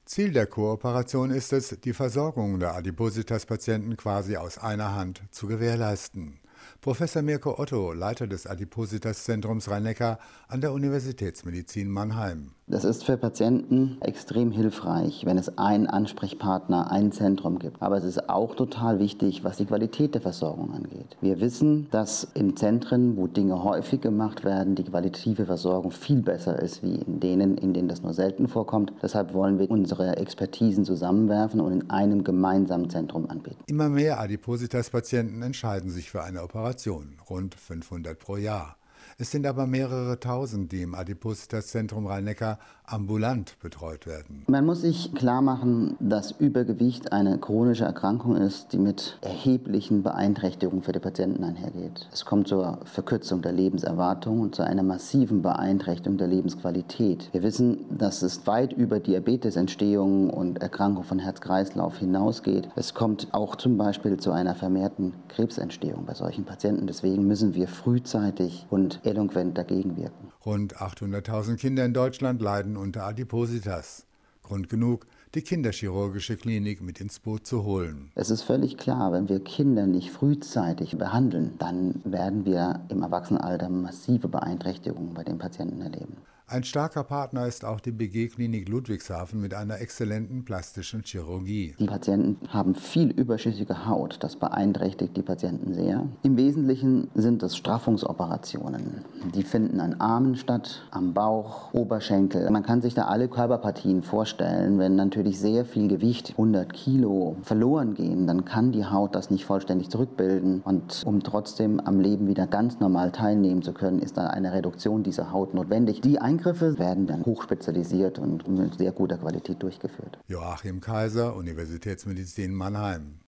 Ziel der Kooperation ist es, die Versorgung der Adipositas-Patienten quasi aus einer Hand zu gewährleisten. Professor Mirko Otto, Leiter des Adipositas-Zentrums Rhein-Neckar an der Universitätsmedizin Mannheim. Das ist für Patienten extrem hilfreich, wenn es einen Ansprechpartner, ein Zentrum gibt. Aber es ist auch total wichtig, was die Qualität der Versorgung angeht. Wir wissen, dass in Zentren, wo Dinge häufig gemacht werden, die qualitative Versorgung viel besser ist, wie in denen das nur selten vorkommt. Deshalb wollen wir unsere Expertisen zusammenwerfen und in einem gemeinsamen Zentrum anbieten. Immer mehr Adipositas-Patienten entscheiden sich für eine Operation, rund 500 pro Jahr. Es sind aber mehrere tausend, die im Adipositas-Zentrum Rhein-Neckar ambulant betreut werden. Man muss sich klar machen, dass Übergewicht eine chronische Erkrankung ist, die mit erheblichen Beeinträchtigungen für die Patienten einhergeht. Es kommt zur Verkürzung der Lebenserwartung und zu einer massiven Beeinträchtigung der Lebensqualität. Wir wissen, dass es weit über Diabetesentstehung und Erkrankung von Herz-Kreislauf hinausgeht. Es kommt auch zum Beispiel zu einer vermehrten Krebsentstehung bei solchen Patienten. Deswegen müssen wir frühzeitig und eloquent dagegen wirken. Rund 800.000 Kinder in Deutschland leiden unter Adipositas. Grund genug, die kinderchirurgische Klinik mit ins Boot zu holen. Es ist völlig klar, wenn wir Kinder nicht frühzeitig behandeln, dann werden wir im Erwachsenenalter massive Beeinträchtigungen bei den Patienten erleben. Ein starker Partner ist auch die BG-Klinik Ludwigshafen mit einer exzellenten plastischen Chirurgie. Die Patienten haben viel überschüssige Haut, das beeinträchtigt die Patienten sehr. Im Wesentlichen sind es Straffungsoperationen. Die finden an Armen statt, am Bauch, Oberschenkel. Man kann sich da alle Körperpartien vorstellen. Wenn natürlich sehr viel Gewicht, 100 Kilo, verloren gehen, dann kann die Haut das nicht vollständig zurückbilden. Und um trotzdem am Leben wieder ganz normal teilnehmen zu können, ist da eine Reduktion dieser Haut notwendig. Die Eingriffe werden dann hochspezialisiert und mit sehr guter Qualität durchgeführt. Joachim Kaiser, Universitätsmedizin Mannheim.